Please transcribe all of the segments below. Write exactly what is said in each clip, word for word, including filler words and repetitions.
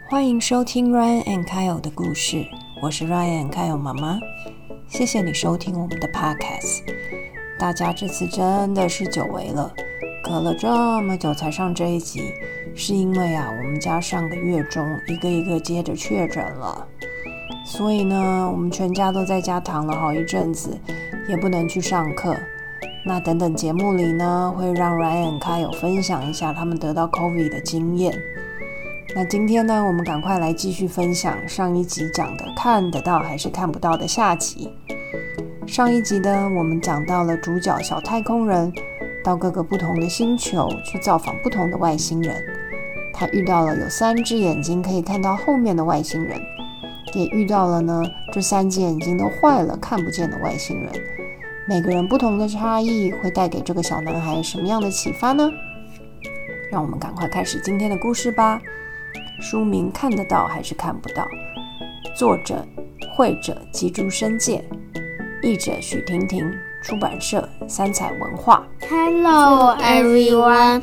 欢迎收听 Ryan and Kyle 的故事，我是 Ryan and Kyle 妈妈。谢谢你收听我们的 podcast。大家这次真的是久违了，隔了这么久才上这一集，是因为啊，我们家上个月中一个一个接着确诊了，所以呢，我们全家都在家躺了好一阵子，也不能去上课。那等等节目里呢，会让 Ryan and Kyle 分享一下他们得到 COVID 的经验。那今天呢，我们赶快来继续分享上一集讲的看得到还是看不到的下集。上一集呢，我们讲到了主角小太空人到各个不同的星球去造访不同的外星人，他遇到了有三只眼睛可以看到后面的外星人，也遇到了呢这三只眼睛都坏了看不见的外星人。每个人不同的差异会带给这个小男孩什么样的启发呢？让我们赶快开始今天的故事吧。书名看得到还是看不到，作者绘者吉竹伸介，译者许婷婷，出版社三彩文化。 Hello everyone,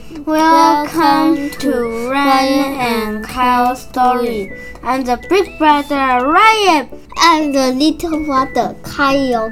welcome to Ryan and Kyle's story. I'm the big brother Ryan. I'm the little brother Kyle.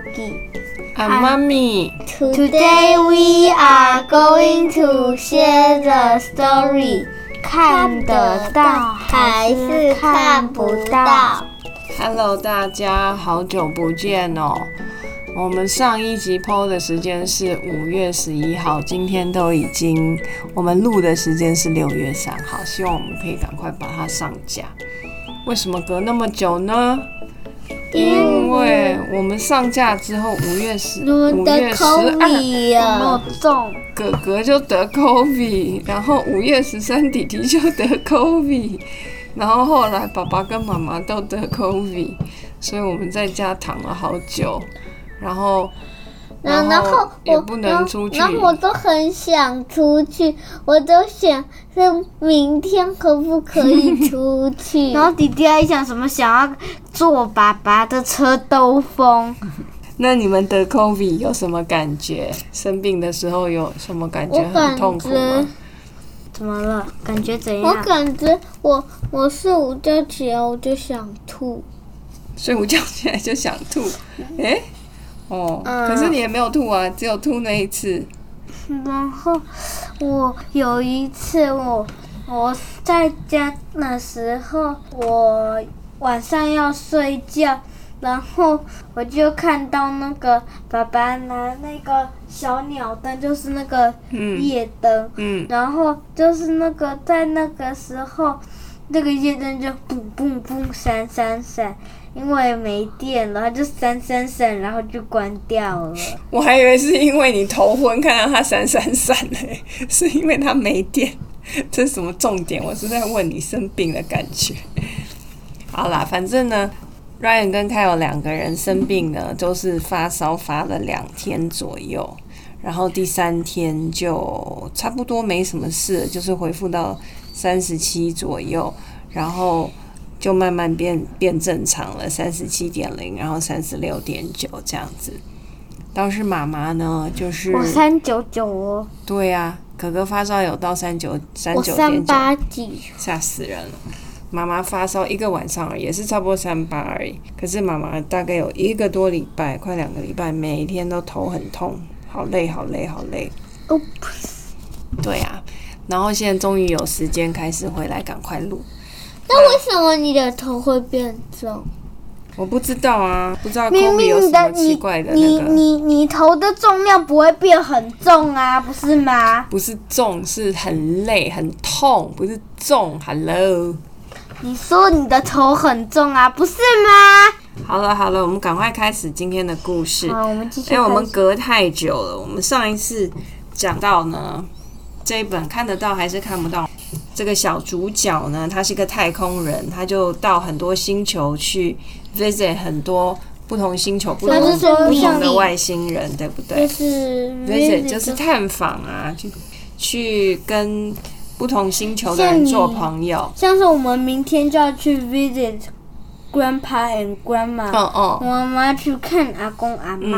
I'm Mommy. Today we are going to share the story. 看得到还是看不到？ Hello 大家，好久不见哦。我们上一集 P O 的时间是五月十一号，今天都已经我们录的时间是六月三号，希望我们可以赶快把它上架。为什么隔那么久呢？因为我们上架之后，五月十五月十二，哥哥就得 COVID， 然后五月十三弟弟就得 COVID， 然后后来爸爸跟妈妈都得 COVID， 所以我们在家躺了好久，然后然后也不能出去， 然后我都很想出去，我都想是明天可不可以出去。 然后弟弟还想什么，想要坐爸爸的车兜风。 那你们得 COVID 有什么感觉？生病的时候有什么感觉？很痛苦吗？ 怎么了？感觉怎样？ 我感觉我我睡午觉起来我就想吐， 睡午觉起来就想吐，哎。哦、嗯，可是你也没有吐啊，只有吐那一次。 然后我有一次我我在家的时候，我晚上要睡觉，然后我就看到那个爸爸拿那个小鸟灯，就是那个夜灯，嗯，然后就是那个在那个时候，那个夜灯就嘣嘣嘣闪闪闪。因为没电了，它就闪闪闪，然后就关掉了。 我还以为是因为你头昏看到它闪闪闪嘞，是因为它没电。这是什么重点？我是在问你生病的感觉。好啦，反正呢 ，Ryan 跟 Kyle 两个人生病呢，都是发烧发了两天左右，然后第三天就差不多没什么事，就是恢复到三十七左右，然后就慢慢变变正常了，三十七点零，然后三十六点九这样子。倒是妈妈呢，就是我三九九哦。 对啊，哥哥发烧有到三九三九点九， 我三八几， 吓死人了。妈妈发烧一个晚上而已，也是差不多三八而已。可是妈妈大概有一个多礼拜，快两个礼拜，每一天都头很痛，好累，好累，好累。 哦， 对啊，然后现在终于有时间开始回来，赶快录。 那为什么你的头会变重？ 我不知道啊，不知道 COVID 有什么奇怪的那个。 你你你头的重量不会变很重啊，不是吗？ 不是重，是很累很痛，不是重。Hello， 你说你的头很重啊，不是吗？ 好了好了，我们赶快开始今天的故事。 好，我们继续。 因为我们隔太久了，我们上一次讲到呢，这一本看得到还是看不到？这个小主角呢，他是一个太空人，他就到很多星球去 visit 很多不同星球、不同不同的外星人，对不对？ 就是 visit 就是探访啊，去去跟不同星球的人做朋友。 像是我们明天就要去 visit grandpa and grandma， 哦哦， 我们要去看阿公阿嬷。 嗯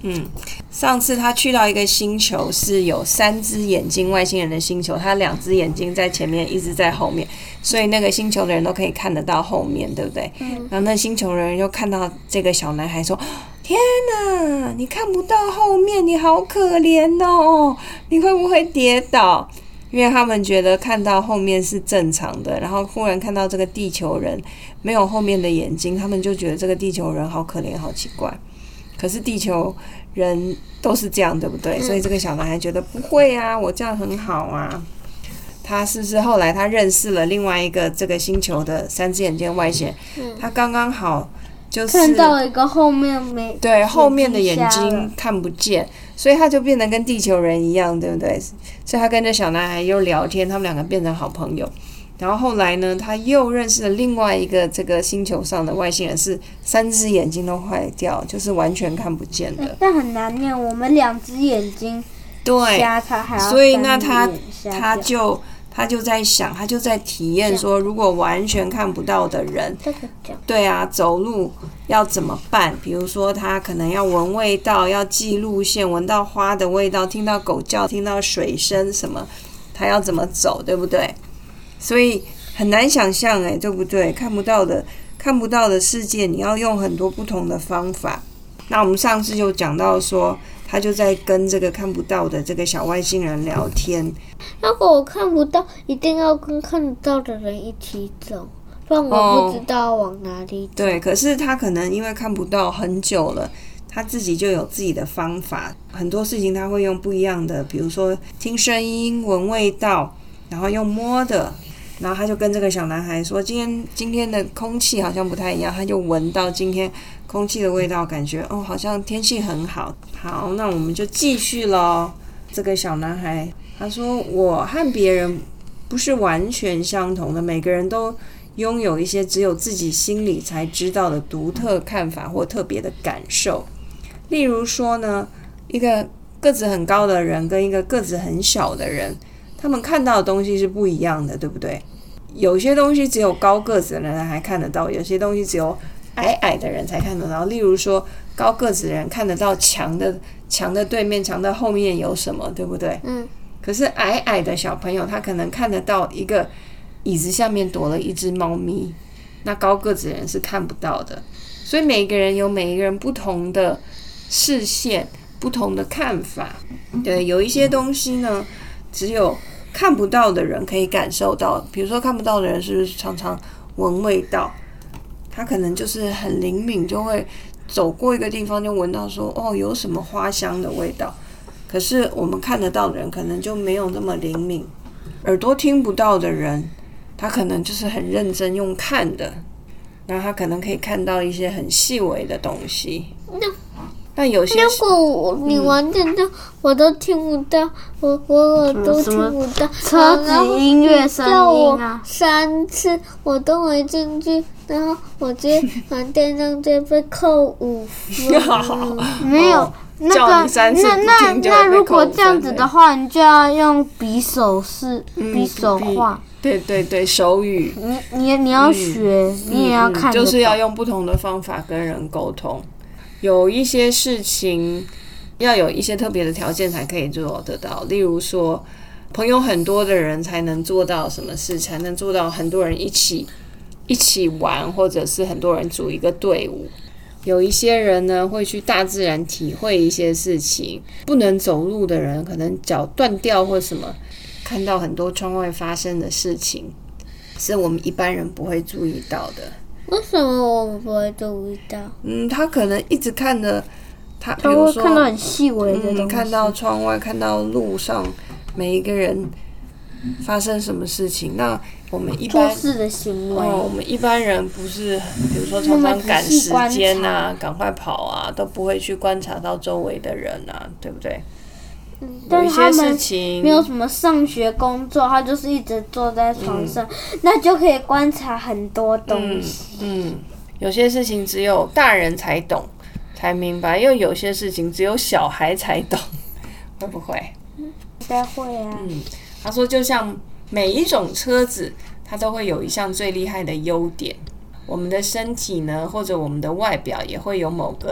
嗯，上次他去到一个星球，是有三只眼睛外星人的星球，他两只眼睛在前面，一只在后面，所以那个星球的人都可以看得到后面，对不对？嗯。然后那星球的人就看到这个小男孩说：“天哪，你看不到后面，你好可怜哦，你会不会跌倒？”因为他们觉得看到后面是正常的，然后忽然看到这个地球人没有后面的眼睛，他们就觉得这个地球人好可怜，好奇怪。可是地球人都是这样，对不对？所以这个小男孩觉得不会啊，我这样很好啊。他是不是后来他认识了另外一个这个星球的三只眼睛的外星人？嗯、他刚刚好就是看到一个后面没对后面的眼睛看不见，所以他就变得跟地球人一样，对不对？所以他跟这小男孩又聊天，他们两个变成好朋友。然后后来呢，他又认识了另外一个这个星球上的外星人，是三只眼睛都坏掉，就是完全看不见的。 但很难念，我们两只眼睛对瞎他还要， 所以那他他就他就在想，他就在体验说，如果完全看不到的人，对啊，走路要怎么办？比如说他可能要闻味道，要记路线，闻到花的味道，听到狗叫，听到水声什么，他要怎么走，对不对？所以很难想象哎，对不对？看不到的看不到的世界，你要用很多不同的方法。那我们上次就讲到说，他就在跟这个看不到的这个小外星人聊天。 如果我看不到，一定要跟看得到的人一起走，不然我不知道往哪里走。 哦、对，可是他可能因为看不到很久了，他自己就有自己的方法。很多事情他会用不一样的，比如说听声音、闻味道，然后用摸的。然后他就跟这个小男孩说，今天今天的空气好像不太一样，他就闻到今天空气的味道，感觉哦，好像天气很好。好，那我们就继续咯。这个小男孩他说，我和别人不是完全相同的，每个人都拥有一些只有自己心里才知道的独特看法或特别的感受。例如说呢，一个个子很高的人跟一个个子很小的人，他们看到的东西是不一样的，对不对？有些东西只有高个子的人还看得到，有些东西只有矮矮的人才看得到。例如说，高个子的人看得到墙的墙的对面、墙的后面有什么，对不对？嗯。可是矮矮的小朋友，他可能看得到一个椅子下面躲了一只猫咪，那高个子的人是看不到的。所以每一个人有每一个人不同的视线、不同的看法。对，有一些东西呢，只有看不到的人可以感受到，比如说看不到的人是不是常常闻味道，他可能就是很灵敏，就会走过一个地方就闻到说哦有什么花香的味道。可是我们看得到的人可能就没有那么灵敏，耳朵听不到的人他可能就是很认真用看的，然后他可能可以看到一些很细微的东西。 那但有些如果你完全都、嗯、我都听不到，我我耳朵听不到， 车子音乐声音啊， 三次我都没进去，然后我直接玩电动就被扣五分。 没有那个，那那那如果这样子的话，你就要用比手势、嗯、比手画。 对对对，手语。 你你你要学，嗯、你也要看、嗯， 就是要用不同的方法跟人沟通。有一些事情要有一些特别的条件才可以做得到，例如说朋友很多的人才能做到什么事，才能做到很多人一起一起玩，或者是很多人组一个队伍。有一些人呢会去大自然体会一些事情，不能走路的人可能脚断掉或什么，看到很多窗外发生的事情是我们一般人不会注意到的。 为什么我们不会注意到？ 嗯，他可能一直看的，他比如说看到很细微的东西、 嗯，看到窗外，看到路上每一个人发生什么事情。那我们一般做事的行为、 哦，我们一般人不是，比如说常常赶时间啊，赶快跑啊，都不会去观察到周围的人啊，对不对？ 嗯、但是他们没有什么上学工作，他就是一直坐在床上、嗯，那就可以观察很多东西。 嗯，嗯有些事情只有大人才懂，才明白，又有些事情只有小孩才懂，会不会？ 应该会啊。 嗯，他说就像每一种车子，它都会有一项最厉害的优点。我们的身体呢，或者我们的外表，也会有某个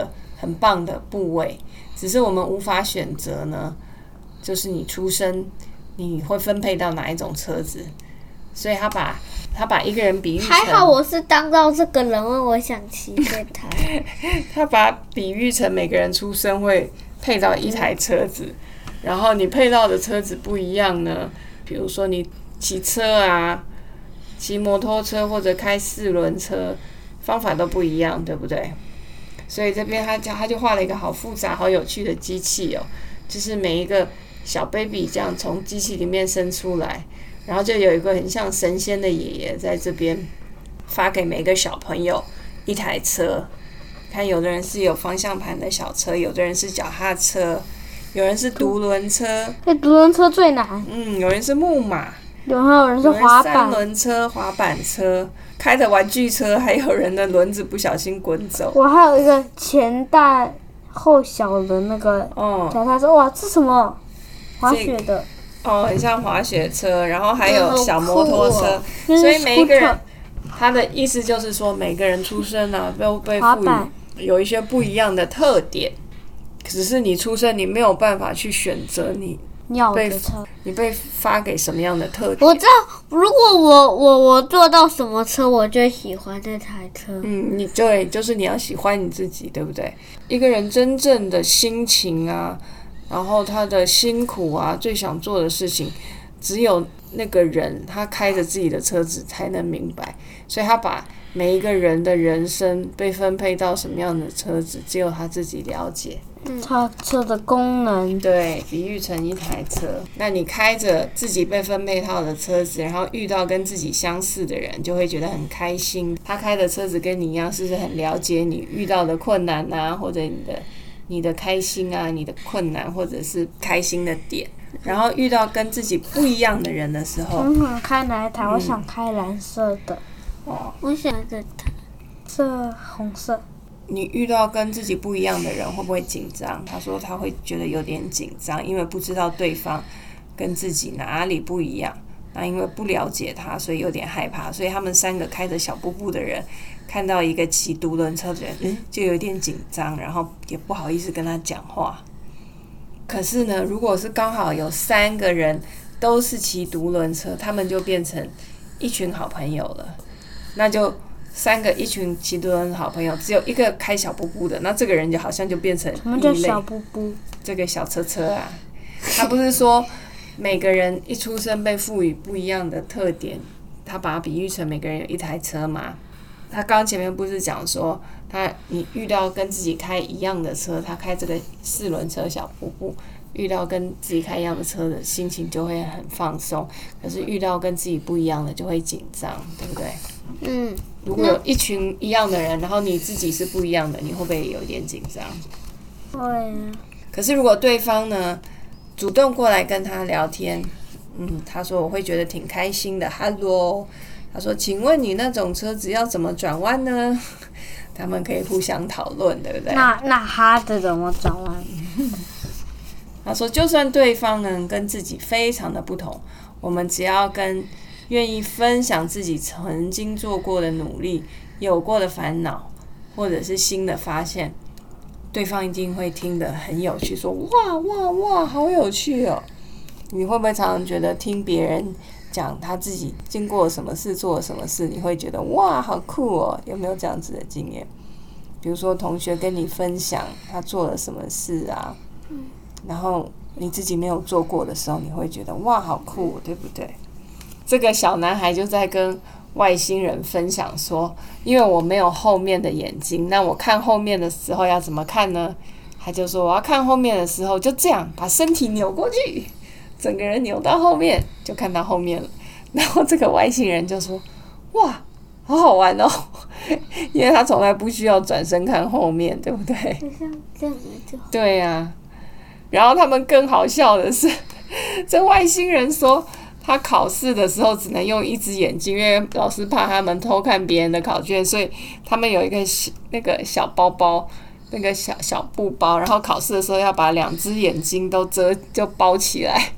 很棒的部位，只是我们无法选择呢，就是你出生你会分配到哪一种车子，所以他把他把一个人比喻成， 还好我是当到这个人，我想骑这台。 他把比喻成每个人出生会配到一台车子，然后你配到的车子不一样呢，比如说你骑车啊，骑摩托车或者开四轮车，方法都不一样，对不对？所以这边他他就画了一个好复杂、好有趣的机器哦，就是每一个小 baby 这样从机器里面生出来，然后就有一个很像神仙的爷爷在这边发给每个小朋友一台车。看，有的人是有方向盘的小车，有的人是脚踏车，有人是独轮车， 那独轮车最难。 嗯，有人是木马， 有还有人是滑板， 三轮车、滑板车，开的玩具车，还有人的轮子不小心滚走。 我还有一个前大后小的那个脚踏车，哇，这什么？滑雪的。 哦，很像滑雪车，然后还有小摩托车， 哦、 所以每一个人，他的意思就是说，每个人出生啊，都被赋予有一些不一样的特点，只是你出生，你没有办法去选择你。被你被发给什么样的特点？ 我知道，如果我我我坐到什么车，我就喜欢那台车。 嗯，你对，就是你要喜欢你自己，对不对？一个人真正的心情啊，然后他的辛苦啊，最想做的事情，只有那个人他开着自己的车子才能明白。所以他把每一个人的人生被分配到什么样的车子，只有他自己了解。 它车的功能， 对，比喻成一台车。那你开着自己被分配到的车子，然后遇到跟自己相似的人，就会觉得很开心。他开的车子跟你一样，是不是很了解你遇到的困难啊，或者你的你的开心啊，你的困难或者是开心的点。然后遇到跟自己不一样的人的时候， 我想开哪一台？嗯、我想开蓝色的。 哦， 我想这台， 这红色。 你遇到跟自己不一样的人会不会紧张？他说他会觉得有点紧张，因为不知道对方跟自己哪里不一样。那因为不了解他，所以有点害怕。所以他们三个开着小步步的人，看到一个骑独轮车的人，嗯，就有点紧张，然后也不好意思跟他讲话。可是呢，如果是刚好有三个人都是骑独轮车，他们就变成一群好朋友了，那就。三个一群骑独轮的好朋友，只有一个开小步步的，那这个人就好像就变成异类。 什么叫小步步？ 这个小车车啊，他不是说每个人一出生被赋予不一样的特点，他把它比喻成每个人有一台车嘛。他刚刚前面不是讲说，他你遇到跟自己开一样的车，他开这个四轮车小步步，遇到跟自己开一样的车的心情就会很放松，可是遇到跟自己不一样的就会紧张，对不对？ 嗯。 如果有一群一样的人，然后你自己是不一样的，你会不会有点紧张？ 会啊。 可是如果对方呢主动过来跟他聊天，嗯，他说我会觉得挺开心的。Hello， 他说，请问你那种车子要怎么转弯呢？他们可以互相讨论，对不对？ 那那他的怎么转弯？ 他说，就算对方呢跟自己非常的不同，我们只要跟愿意分享自己曾经做过的努力、有过的烦恼，或者是新的发现，对方一定会听得很有趣，说哇哇哇，好有趣哦！你会不会常常觉得听别人讲他自己经过什么事、做了什么事，你会觉得哇好酷哦？有没有这样子的经验？比如说同学跟你分享他做了什么事啊，然后你自己没有做过的时候，你会觉得哇好酷，对不对？这个小男孩就在跟外星人分享说，因为我没有后面的眼睛，那我看后面的时候要怎么看呢？他就说我要看后面的时候就这样把身体扭过去，整个人扭到后面就看到后面了。然后这个外星人就说哇好好玩哦，因为他从来不需要转身看后面，对不对？ 这样就好。 对啊。然后他们更好笑的是，这外星人说他考试的时候只能用一只眼睛，因为老师怕他们偷看别人的考卷，所以他们有一个那个小包包，那个小小布包，然后考试的时候要把两只眼睛都遮就包起来。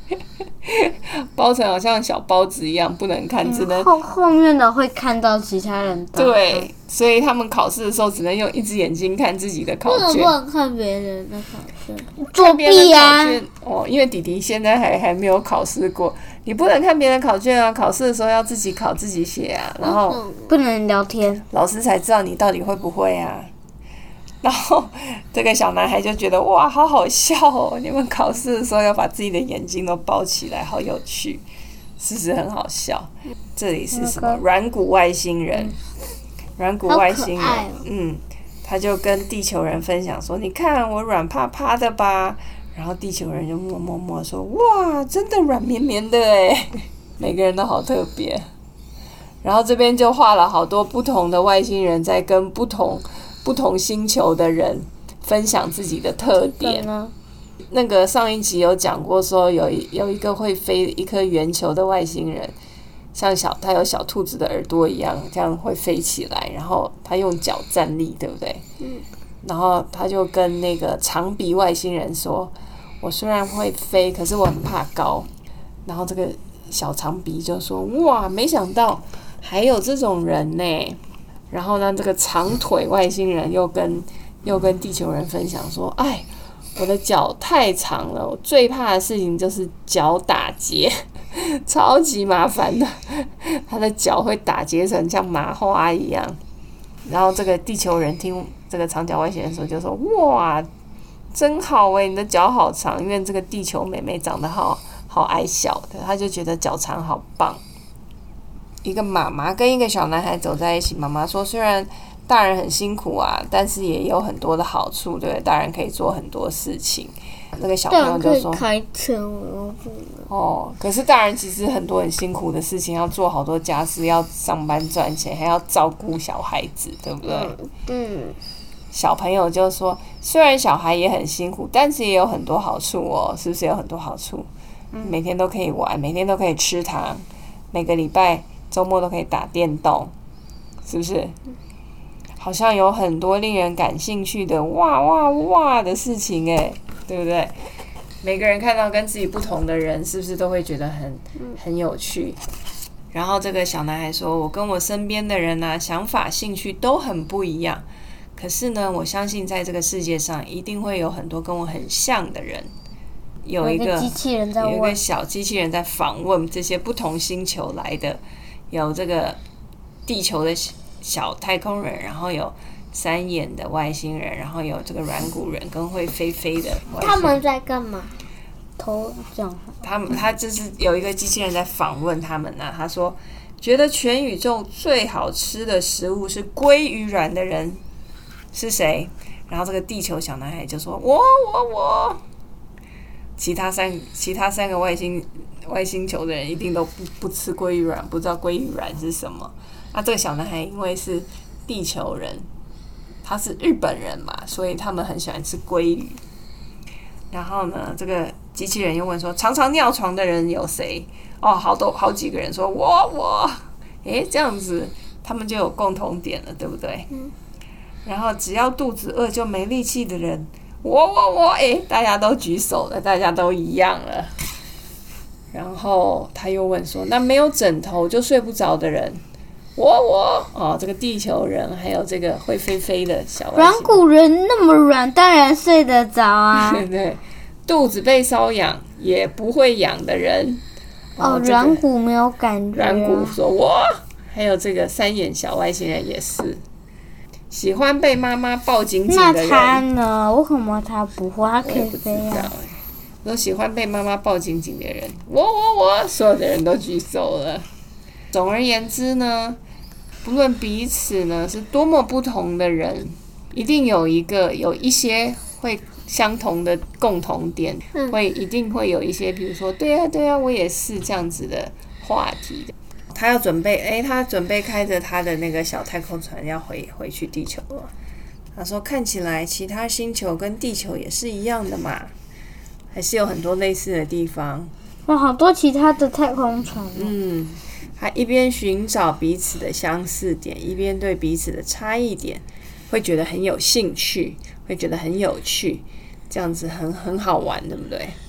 包成好像小包子一样，不能看，只能后后面的会看到其他人的。 对，所以他们考试的时候只能用一只眼睛看自己的考卷， 不能不能看别人的考卷， 作弊啊！ 哦，因为弟弟现在还还没有考试过，你不能看别人考卷啊，考试的时候要自己考自己写啊，然后不能聊天， 老师才知道你到底会不会啊。然后这个小男孩就觉得哇，好好笑哦！你们考试的时候要把自己的眼睛都包起来，好有趣，是不是很好笑？这里是什么？软骨外星人，软骨外星人， 好可爱哦嗯，他就跟地球人分享说：“你看我软趴趴的吧？”然后地球人就默默默说：“哇，真的软绵绵的哎！”每个人都好特别。然后这边就画了好多不同的外星人在跟不同。不同星球的人分享自己的特点。那个上一集有讲过，说有一有一个会飞一颗圆球的外星人，像小他有小兔子的耳朵一样，这样会飞起来，然后他用脚站立，对不对？嗯。然后他就跟那个长鼻外星人说：“我虽然会飞，可是我很怕高。”然后这个小长鼻就说：“哇，没想到还有这种人呢。”然后呢，这个长腿外星人又跟又跟地球人分享说：“哎，我的脚太长了，我最怕的事情就是脚打结，超级麻烦的。他的脚会打结成像麻花一样。”然后这个地球人听这个长脚外星人说，就说：“哇，真好诶，你的脚好长，因为这个地球妹妹长得好好矮小的，他就觉得脚长好棒。”一个妈妈跟一个小男孩走在一起，妈妈说：“虽然大人很辛苦啊，但是也有很多的好处，对不对？大人可以做很多事情。”那个小朋友就说：“ 开车，我不能。” 哦，可是大人其实很多很辛苦的事情，要做好多家事，要上班赚钱，还要照顾小孩子，对不对？ 嗯。 小朋友就说：“虽然小孩也很辛苦，但是也有很多好处哦，是不是有很多好处？嗯、每天都可以玩，每天都可以吃糖，每个礼拜。”周末都可以打电动，是不是？好像有很多令人感兴趣的哇哇哇的事情哎，对不对？每个人看到跟自己不同的人，是不是都会觉得很很有趣？然后这个小男孩说：“我跟我身边的人啊，想法、兴趣都很不一样。可是呢，我相信在这个世界上，一定会有很多跟我很像的人。”有一个机器人在问， 有一个小机器人在访问这些不同星球来的。有这个地球的小太空人，然后有三眼的外星人，然后有这个软骨人跟会飞飞的外星人。 他们在干嘛？ 头这样。 他们他就是有一个机器人在访问他们啊，他说觉得全宇宙最好吃的食物是鲑鱼卵的人是谁？然后这个地球小男孩就说：“我我我。”其他三其他三个外星外星球的人一定都不不吃鲑鱼卵，不知道鲑鱼卵是什么。那这个小男孩因为是地球人，他是日本人嘛，所以他们很喜欢吃鲑鱼。然后呢，这个机器人又问说：“常常尿床的人有谁？”哦，好多好几个人说：“我我。”诶，这样子他们就有共同点了，对不对？嗯。然后只要肚子饿就没力气的人。我我我，哎，大家都举手了，大家都一样了。然后他又问说：“那没有枕头就睡不着的人？”我我哦，这个地球人，还有这个会飞飞的小外星人。 软骨人那么软，当然睡得着啊。 对对，肚子被瘙痒也不会痒的人。 哦，软、这个、骨没有感觉、啊。 软骨说：“我。”还有这个三眼小外星人也是。喜欢被妈妈抱紧紧的人， 那他呢？为什么他不会？他可以飞啊！ 都喜欢被妈妈抱紧紧的人，我我我，所有的人都举手了。总而言之呢，不论彼此呢是多么不同的人，一定有一个有一些会相同的共同点，嗯、会一定会有一些，比如说，对啊对啊，我也是这样子的话题的。他要准备，哎，他准备开着他的那个小太空船要回回去地球了。他说：“看起来其他星球跟地球也是一样的嘛，还是有很多类似的地方。” 有好多其他的太空船、哦。 嗯，他一边寻找彼此的相似点，一边对彼此的差异点会觉得很有兴趣，会觉得很有趣，这样子很很好玩，对不对？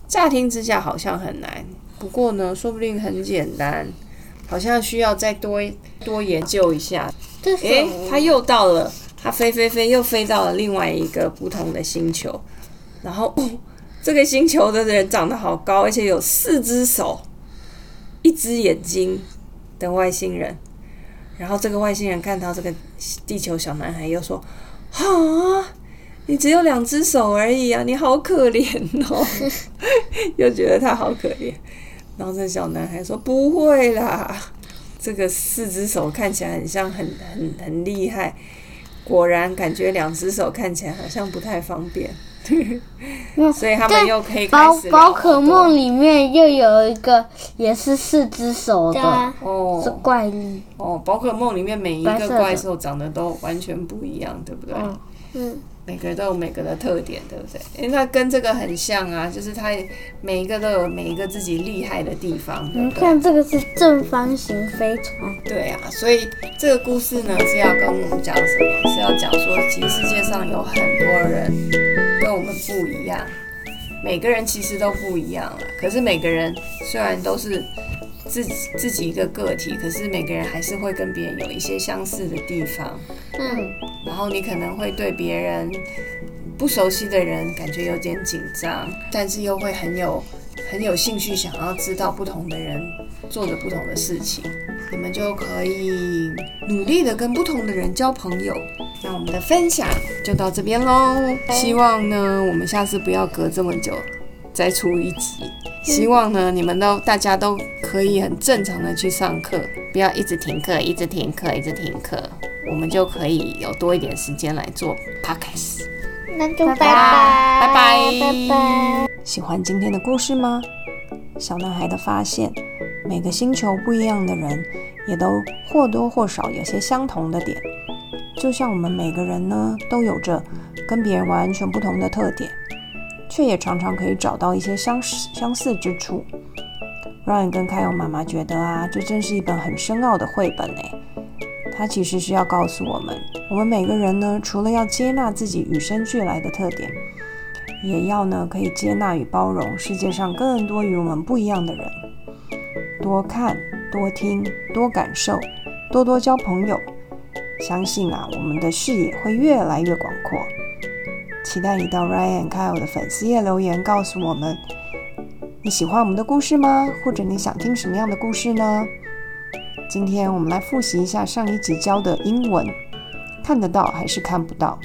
乍听之下好像很难，不过呢，说不定很简单，好像需要再多多研究一下。诶，它又到了，它飞飞飞又飞到了另外一个不同的星球，然后、哦、这个星球的人长得好高，而且有四只手，一只眼睛的外星人。然后这个外星人看到这个地球小男孩，又说：“啊，你只有两只手而已啊，你好可怜哦。”又觉得他好可怜。然后这小男孩说：“不会啦，这个四只手看起来很像很很很厉害，果然感觉两只手看起来好像不太方便。”所以他们又可以开始聊宝可梦里面又有一个也是四只手的， 哦， 是怪力。 哦，宝可梦里面每一个怪兽长得都完全不一样，对不对？ 嗯嗯， 每个都有每个的特点，对不对？诶，那跟这个很像啊，就是它每一个都有每一个自己厉害的地方。 你看这个是正方形飞船。 对啊，所以这个故事呢是要跟我们讲什么？是要讲说，其实世界上有很多人跟我们不一样，每个人其实都不一样啦。可是每个人虽然都是自己自己一个个体，可是每个人还是会跟别人有一些相似的地方。 嗯， 然后你可能会对别人不熟悉的人感觉有点紧张，但是又会很有很有兴趣想要知道不同的人做的不同的事情，你们就可以努力的跟不同的人交朋友。那我们的分享就到这边咯，希望呢我们下次不要隔这么久再出一集，希望呢你们都大家都可以很正常的去上课，不要一直停课一直停课一直停课，我们就可以有多一点时间来做 podcast。 那就拜拜拜拜拜拜。 喜欢今天的故事吗？小男孩的发现，每个星球不一样的人也都或多或少有些相同的点，就像我们每个人呢都有着跟别人完全不同的特点，却也常常可以找到一些相似相似之处。Ryan 跟凯勇妈妈觉得啊，这真是一本很深奥的绘本诶。它其实是要告诉我们，我们每个人呢，除了要接纳自己与生俱来的特点，也要呢可以接纳与包容世界上更多与我们不一样的人。多看、多听、多感受，多多交朋友，相信啊，我们的视野会越来越广阔。期待你到 Ryan and Kyle 的粉丝页留言告诉我们，你喜欢我们的故事吗？或者你想听什么样的故事呢？今天我们来复习一下上一集教的英文，看得到还是看不到？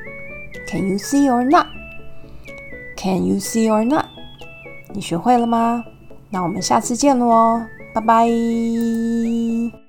Can you see or not? Can you see or not? 你学会了吗？那我们下次见咯，拜拜。